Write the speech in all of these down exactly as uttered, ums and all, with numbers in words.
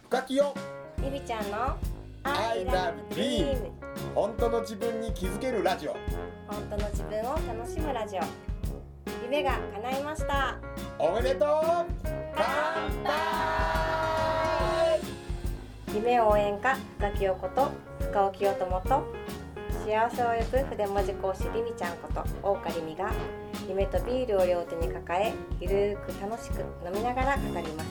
深きよゆりちゃんの I love dream 本当の自分に気づけるラジオ。 本当の自分を楽しむラジオ。夢が叶いました。 おめでとう。乾杯。 夢応援歌深きよこと深尾清友と幸せを呼ぶ筆文字講師りみちゃんこと大岡りみが夢とビールを両手に抱えゆるく楽しく飲みながら語ります。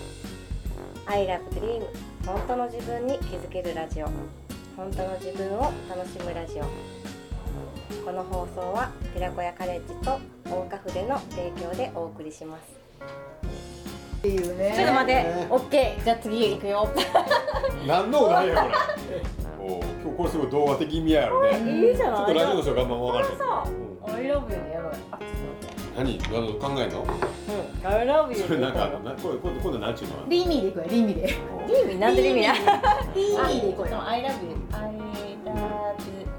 I love dream 本当の自分に気づけるラジオ。本当の自分を楽しむラジオ。この放送は寺子屋カレッジと大岡筆の提供でお送りします。 っていうね。 ちょっと待って、 ねオッケー。じゃあ次行くよ。 何のお題やこれ。おー今日これすごい動画的意味合いあるね。 いいじゃない。 ちょっとラジオの人があんま分からない。 そう。I love you でやろうよ。あ、ちょっ何？何の考えんの？ と待って。うん。I love you。 それなんかなこれ今度今度何ちゅうの？ リミでいこうよ、リミで。 リミなんでリミや。 リミでいこうよ。 I love you。I love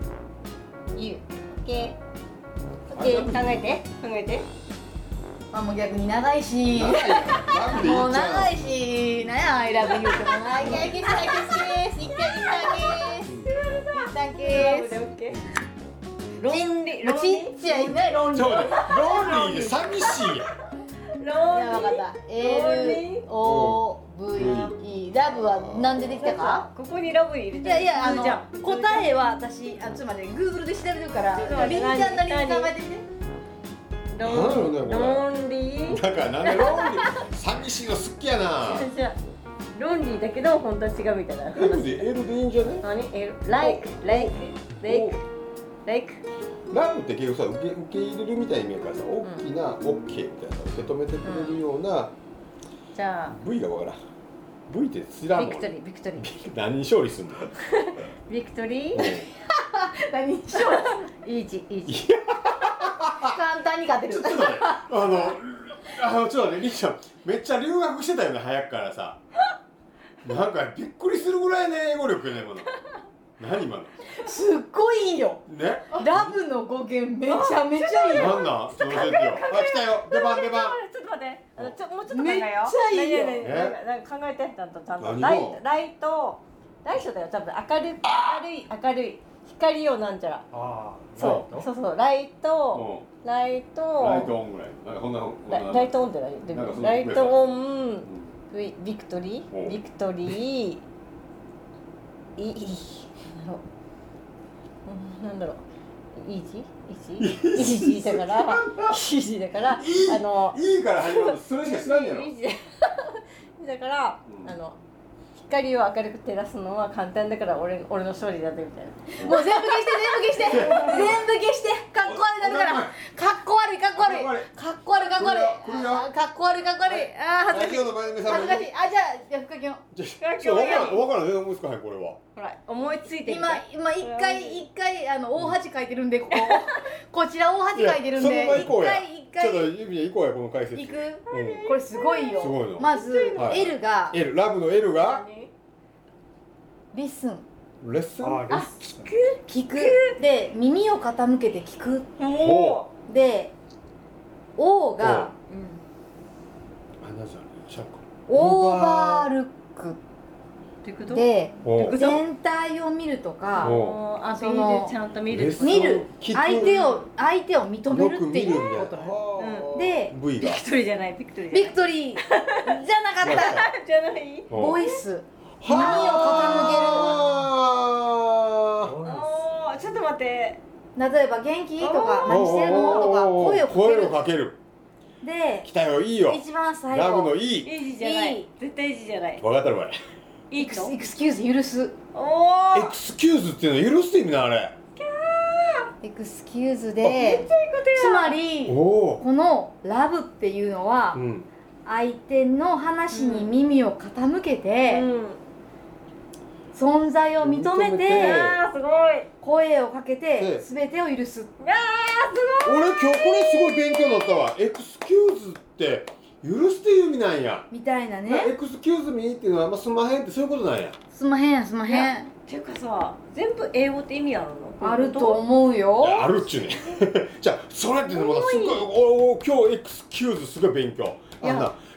you。オッケー。オッケー。考えて。考えて。 まあもう逆に長いし。 長いよ。なんで言もうっちゃうの長いし、なんや、アイラブユーってもう長いけど、いけす、いけす、いけす、いけす、いけす、いけす。 ロンリー。 もうちっちゃいね、ロンリー。 そうだよ。ロンリーで寂しいやん。 いや、わかった。L O V E ラブはなんでできたか？ ここにラブ入れいて。 やいや、あのじゃ答えは私、あ、ちょっと待って、Google で調べるから、りみちゃんなりに考えてみて。 ロンロンリー。 だからなんでロンリー寂しいの好きやな。 じゃロンリーだけど本当は違うみたいな。 L で L でいいんじゃね？ 何 L like like like like ラブって結局さ受け受け入れるみたいな意味やからさ、大きな OK みたいなさ受け止めてくれるようなじゃあ V がわからん。V って知らんもん。 ビクトリービクトリー何に勝利すんの？ ビクトリー何しよう。 イージーイージ簡単に勝てる。 ちょっとね、あの、あのちょっとね、りっちゃんめっちゃ留学してたよね早くからさ。なんかびっくりするぐらいね英語力ねこの。何今の？ すっごいいいよ。 ね？ ラブの語源めちゃめちゃいいよ。 なんなん？教えてよ。あ来たよ。出番出番。 ちょっと待ってあのちょもうちょっと考えよう。 めっちゃいいよねえねえねえなんか考えてちゃんとちゃんと何をライトライトライトだよ多分明るい明るい明るい光をなんちゃらああ。 そうそうそうライトライトライトオンぐらい。なんかこんなこんな。 ラライトオンって何でなんかそのライトオンうんビビクトリおービクトリーいいいいなんだろうイージーイージーイージーだからイージーだからあのいいから始まる。それしか知らんやろ。 イージーだからうんあの光を明るく照らすのは簡単だから俺俺の勝利だぜみたいな。 もう全部消して全部消して全部消してかっこ悪いなるからかっこ悪いかっこ悪いかっこ悪いかっこ悪い来るよあーかっこ悪いかっこ悪いあー恥ずかしいラジオの前の皆さんも恥ずかしいあじゃあじゃあ深きょんじゃあ、そうわからんわからん全然思いつかへんこれは。 ほら思いついてみて今今一回一回あの大恥かいてるんでこここちら大恥かいてるんでいやそのまま行こうや。 一回一ちょっと回指で行こうやこの解説。 行くうん。 これすごいよすごいのまずはい L が L ラブの L がリッスンレッスン。 あ聞くで耳を傾けて聞くほで O がう。あなじゃんシャンク。 オーバールックってことでお全体を見るとかおあそのちゃんと見るレッスン見る聞く相手を相手を認めよるっていうく見るみたいなことはあ。 で V がビクトリーじゃないビクトリービクトリーじゃなかったじゃないボイスは耳をあおーちょっと待って傾ける例えば元気とかお何してるのとか声をかけ声をるかける。 で来たよいいよ。 一番最ラブの後いい。 イージーじゃないいい絶対イージーじゃないわかったるわい。 いいとエクスキューズ許すおーエクスキューズっていうのは許すって意味なあれ。 エクスキューズめっでちゃいいことつやまりおお。 このラブっていうのはうん。 相手の話に耳を傾けてうん存在を認め認めててあーすごい声をかけてで全てを許すあー俺今日これすごい勉強になったわ。エクスキューズって許すっていう意味なんや。 みたいなエねクスキューズミーっていうのはあんますんまへんってそういうことなんや。 すんまへんすんまへんていうかさ全部英語って意味あるのあると思うよあるっちゅうね。じゃあそれってねまだすごいおお今日エクスキューズすごい勉強。あんな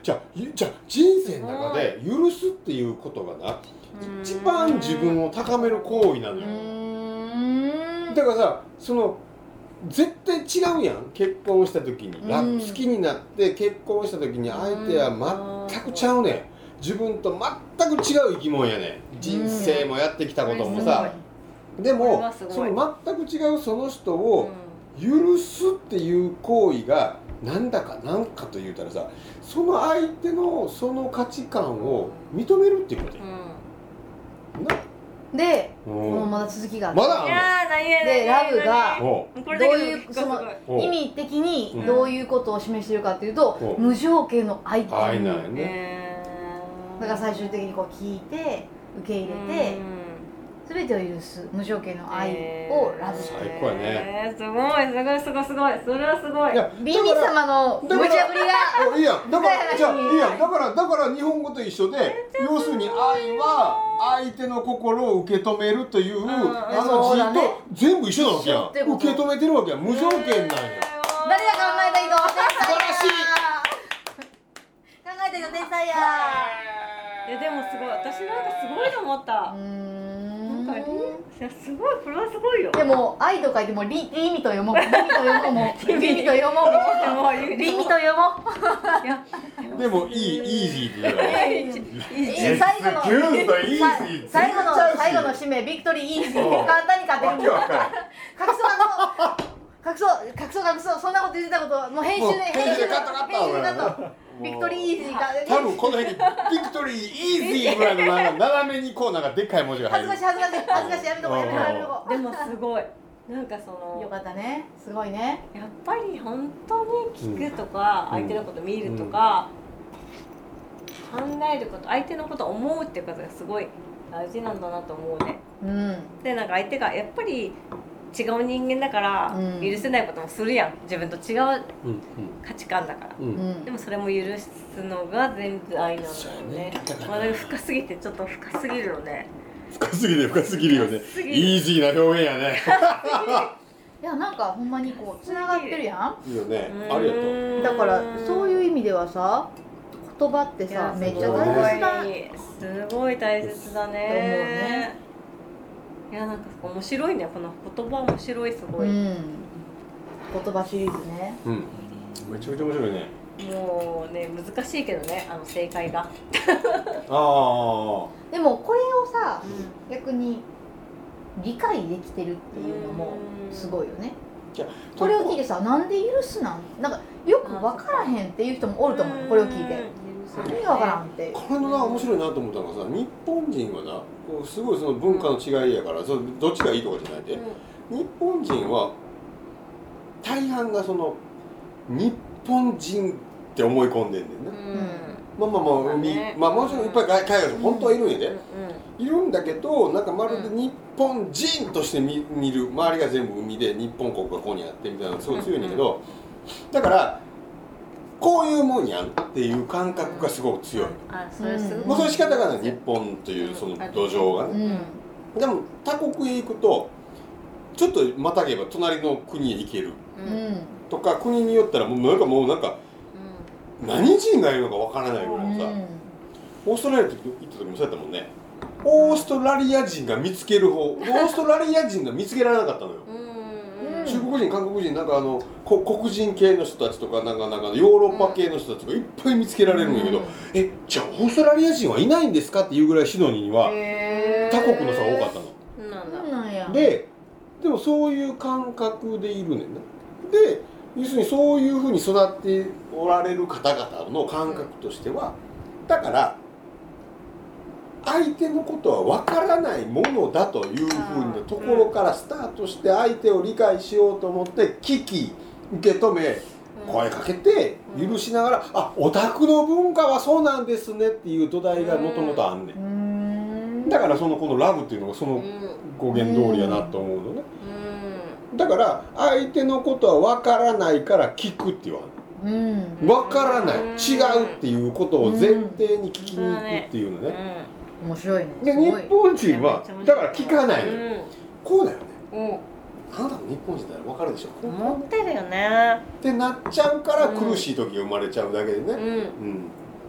じゃあじゃあ人生の中で許すっていうことがな一番自分を高める行為なのよ。だからさその絶対違うやん結婚した時に、ラブ好きになって結婚した時に相手は全くちゃうねん。自分と全く違う生き物やねん。人生もやってきたこともさ、でもその全く違うその人を許すっていう行為がなんだかなんかと言うたらさ、その相手のその価値観を認めるっていうことや、うん、なで、もうまだ続きがあって、 まだあんの？ でラブがおどういうその意味的にどういうことを示しているかっていうと、 お無条件の愛って愛いう、 なんやね。 だから最終的にこう聞いて受け入れて全てを許す無条件の愛をラブする。 最高やね。 えー、すごいすごいすごいすごい、それはすごい。 いやビンビ様の無茶ぶりがあいいやんだからじゃあいいやんだからだから日本語と一緒で要するに愛は相手の心を受け止めるというあの字と全部一緒なわけやん。受け止めてるわけやん。無条件なんや。 誰が考えた人素晴らしい。 考えた人天才や。 いやでもすごい、私なんかすごいと思った。 うーんなんかリいやすごい、これはすごいよ。 でも愛と書いてもリリミと読もう。リミと読もうもう。リミと読もう。リミと読もう。 いやでもいいイージーって言うからえ最後のギューンとイージー最後の最後の締めビクトリーイージー簡単に勝てる。 わけわからん。 隠そう隠そう隠そう隠そうそんなこと言ってたこともう編集で編集でカットカット編集でカット。ビクトリーイージーか多分この辺にビクトリーイージーぐらいのなんか斜めにこうなんかでっかい文字が入る。 恥ずかしい恥ずかしい恥ずかしいやめとこうやめとこうやめとこでもすごい。なんかそのう。よかったねすごいね。 やっぱり本当に聞くとか、うん、相手のこと見るとか、うん、考えること、相手のことを思うっていうことがすごい大事なんだなと思うね。 うん。 でなんか相手がやっぱり違う人間だから許せないこともするやん、自分と違う価値観だから、 うん、 でもそれも許すのが全部愛なんだよね。まあ深すぎてちょっと深すぎるよね。 深すぎて深すぎるよね。イージーな表現やね。 いやなんかほんまにこうつながってるやん。 いいよね。ありがとう。 だからそういう意味ではさ言葉ってさめっちゃ大切だ。 すごい大切だね。いやなんか面白いね、この言葉面白いすごい、うん、 言葉シリーズね、 うん、めちゃめちゃ面白いね。 もうね難しいけどね、あの正解がああでもこれをさ、うん、逆に理解できてるっていうのもすごいよね。これを聞いてさなんで許すなんなんかよく分からへんっていう人もおると思う。これを聞いて意味が分からんって。 これのな面白いなと思ったのがさ、日本人はなすごいその文化の違いやから、そどっちがいいとかじゃないで、うん、日本人は大半がその日本人って思い込んでんねんな、うん、まあまあまあ海、まあもちろんいっぱい海外の人本当はいるんやで、うんうん、いるんだけどなんかまるで日本人として 見, 見る周りが全部海で日本国がここにあってみたいなすごい強いんだけど、だからこういうもんやんっていう感覚がすごく強い。 あ、それすごい。 もうその仕方がない、日本というその土壌がね、うん、でも他国へ行くとちょっとまたげば隣の国へ行ける、うん、とか国によったらもうなんかもうなんか、うん、何人がいるのかわからないぐらいのさ、うん、オーストラリア行った時もそうやったもんね。オーストラリア人が見つける方、オーストラリア人が見つけられなかったのよ。中国人、韓国人、なんかあの黒人系の人たちとかなんかなんかヨーロッパ系の人たちがいっぱい見つけられるんだけど、うん、えじゃあオーストラリア人はいないんですかっていうぐらいシドニーには他国の人が多かったの。 なんなんや。 で、でもそういう感覚でいるねんな。で、要するにそういうふうに育っておられる方々の感覚としては、だから相手のことは分からないものだというふうなところからスタートして相手を理解しようと思って聞き受け止め声かけて許しながら、あ、お宅の文化はそうなんですねっていう土台がもともとあんねん。だからそのこのラブっていうのがその語源通りやなと思うのね。だから相手のことは分からないから聞くって言わん。うん、分からない、違うっていうことを前提に聞きに行くっていうのね。 面白いね。 で日本人はだから聞かないのよ、うん、こうだよね、うん、あなたも日本人だよ分かるでしょ、 思ってるよねってなっちゃうから苦しい時が生まれちゃうだけでね、うんうん、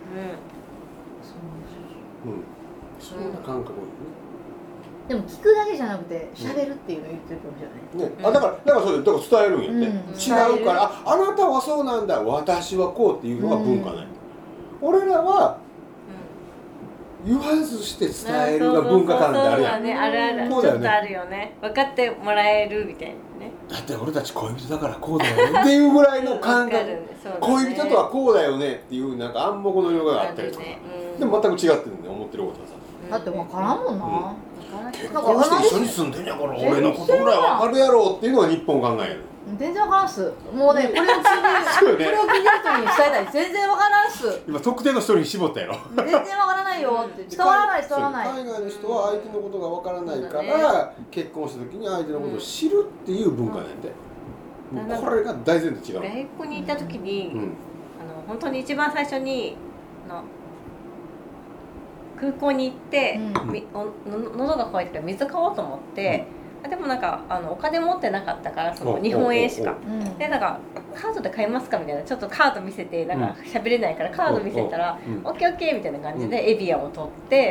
うんそんな感覚でも聞くだけじゃなくて喋るっていうのを言ってるかもしれない、 ね、あだからだからそれだから伝えるんやって、 うん、 違うからああなたはそうなんだ私はこうっていうのが文化ない、うん、俺らは言わずして伝えるが文化観であるやん、 ね、あるある、ちょっとあるよね分かってもらえるみたいなねだって俺たち恋人だからこうだよねっていうぐらいの感覚、ね、恋人とはこうだよねっていうなんか暗黙の了解があったりとか、ねうん、でも全く違ってるんだよ思ってることはさだって分からんもんな、うん結婚して一緒に住んでんやから俺のことぐらい分かるやろうっていうのが日本考える全然分からんっすもうねこれを聞いてる、ね、これを聞いてる人に伝えたい全然分からんっす今特定の一人に絞ったやろ全然分からないよって伝わらない伝わらない海外の人は相手のことが分からないから、ね、結婚した時に相手のことを知るっていう文化なんで、うん、これが大前提違う外国に行った時に、うん、あの本当に一番最初にの空港に行って、うん、みおの喉が渇いてから水買おうと思って、うん、でもなんかあのお金持ってなかったからその日本円しか、でなんかカードで買いますかみたいなちょっとカード見せてなんか喋れないからカード見せたら、うん、オッケーオッケーみたいな感じでエビアンを取って、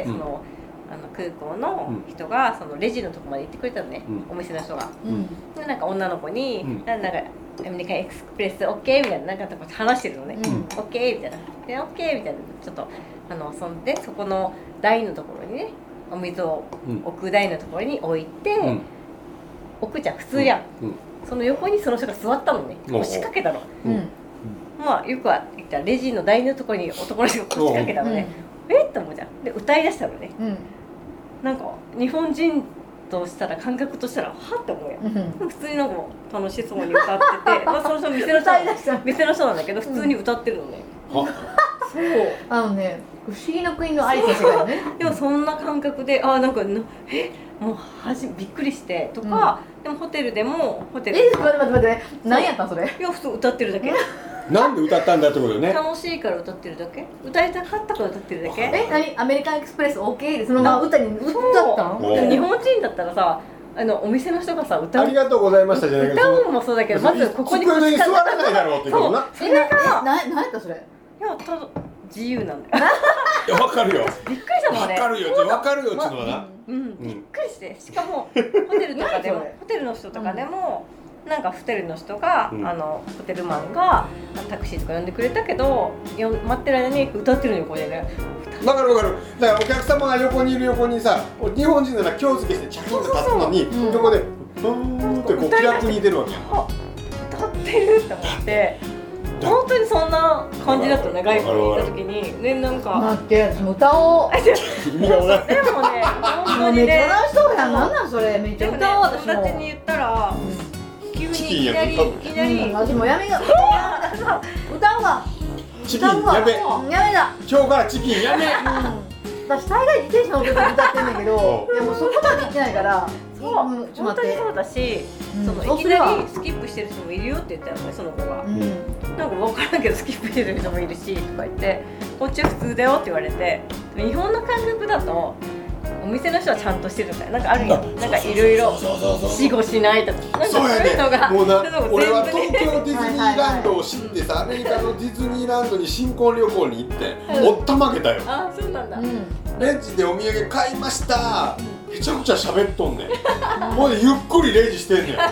うん、そのあの空港の人がそのレジのとこまで行ってくれたのね、うん、お店の人が、うん、でなんか女の子に、うん、なんかアメリカンエクスプレスオッケーみたいななんかとこ話してるのね、うん、オッケーみたいなでオッケーみたいなちょっとあのそんでそこの台のところにねお水を置く台のところに置いて、うん、置くじゃん普通やん、うんうん、その横にその人が座ったのね押しかけたの、うんうん、まあよくは言ったらレジの台のところに男の人が押しかけたのね、うん、えっと思うじゃんで歌い出したのね、うん、なんか日本人としたら感覚としたらはって思うやん、うん、普通になんか楽しそうに歌っててまあその人店の人店の人なんだけど普通に歌ってるのね、うん、そうあのね不思議の国のアリスの世界ねでもそんな感覚であなんかえもうはじびっくりしてとか、うん、でもホテルでもホテルえ待って待って待って何やったんそれいや普通歌ってるだけなんで歌ったんだってことよね楽しいから歌ってるだけ歌いたかったから歌ってるだけえ何アメリカンエクスプレス OK でそのまま歌に歌ったのでも日本人だったらさあのお店の人がさ歌うありがとうございましたじゃないけど歌うのもそうだけどまずここに机に座らないだろうってことなそれがえな何やったそれいやただ自由なんだよいや分かるよびっくりしたもんね分かるよ分かるよっていうのはなうん、うん、びっくりしてしかもホテルとかでもホテルの人とかでも、うん、なんかホテルの人が、うん、あのホテルマンがタクシーとか呼んでくれたけど待ってる間に歌ってるのよこれね分かる分かるだからお客様が横にいる横にさ日本人なら気をつけしてチャキンと立つのにそうそうそう、うん、横でブーンってこう気楽に出るわけやん歌ってるって思って本当にそんな感じだったね外国に行った時にねなんか待って私も歌おうでもね本当にねめっちゃ楽しそうやんなんなんそれめっちゃ歌おう私も友達に言ったら急にいきなりいきなり私もやめが歌うわチキンやめやめだ今日からチキンやめ私大概自転車の曲歌ってんだけどいやもうそこまで言ってないからそう、本当にそうだし、うん、そのいきなりスキップしてる人もいるよって言ったよねその子が、うん、なんか分からんけどスキップしてる人もいるしとか言ってこっちは普通だよって言われて日本の感覚だとお店の人はちゃんとしてるからなんかあるよなんかいろいろ死後しないとかなんかそういうのがもうな俺は東京ディズニーランドを知ってさアメリカのディズニーランドに新婚旅行に行っておったまげたよあそうなんだ、うん、 レジでお土産買いましためちゃくちゃ喋っとんねんもうゆっくりレジしてんねん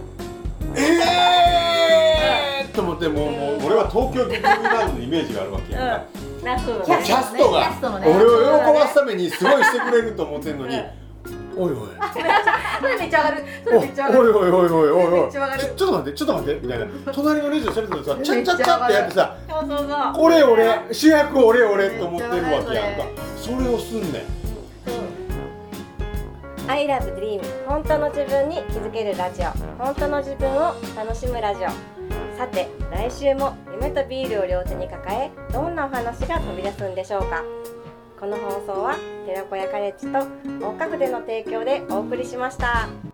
えーと思ってもう、もう俺は東京ディズニーランドのイメージがあるわけやんか、 うんキャストが俺を喜ばすためにすごいしてくれると思ってんのにおいおいそれめっちゃ上がるそれめっちゃ上がるおいおいおいおいおいおいちょっと待ってちょっと待ってみたいな隣のレジのシャレとさチャッチャッチャってやってさそうそうそう俺俺主役俺俺と思ってるわけやんかそれをすんねん I love dream 本当の自分に気づけるラジオ本当の自分を楽しむラジオさて来週も夢とビールを両手に抱えどんなお話が飛び出すんでしょうかこの放送は寺子屋カレッジと大家具での提供でお送りしました。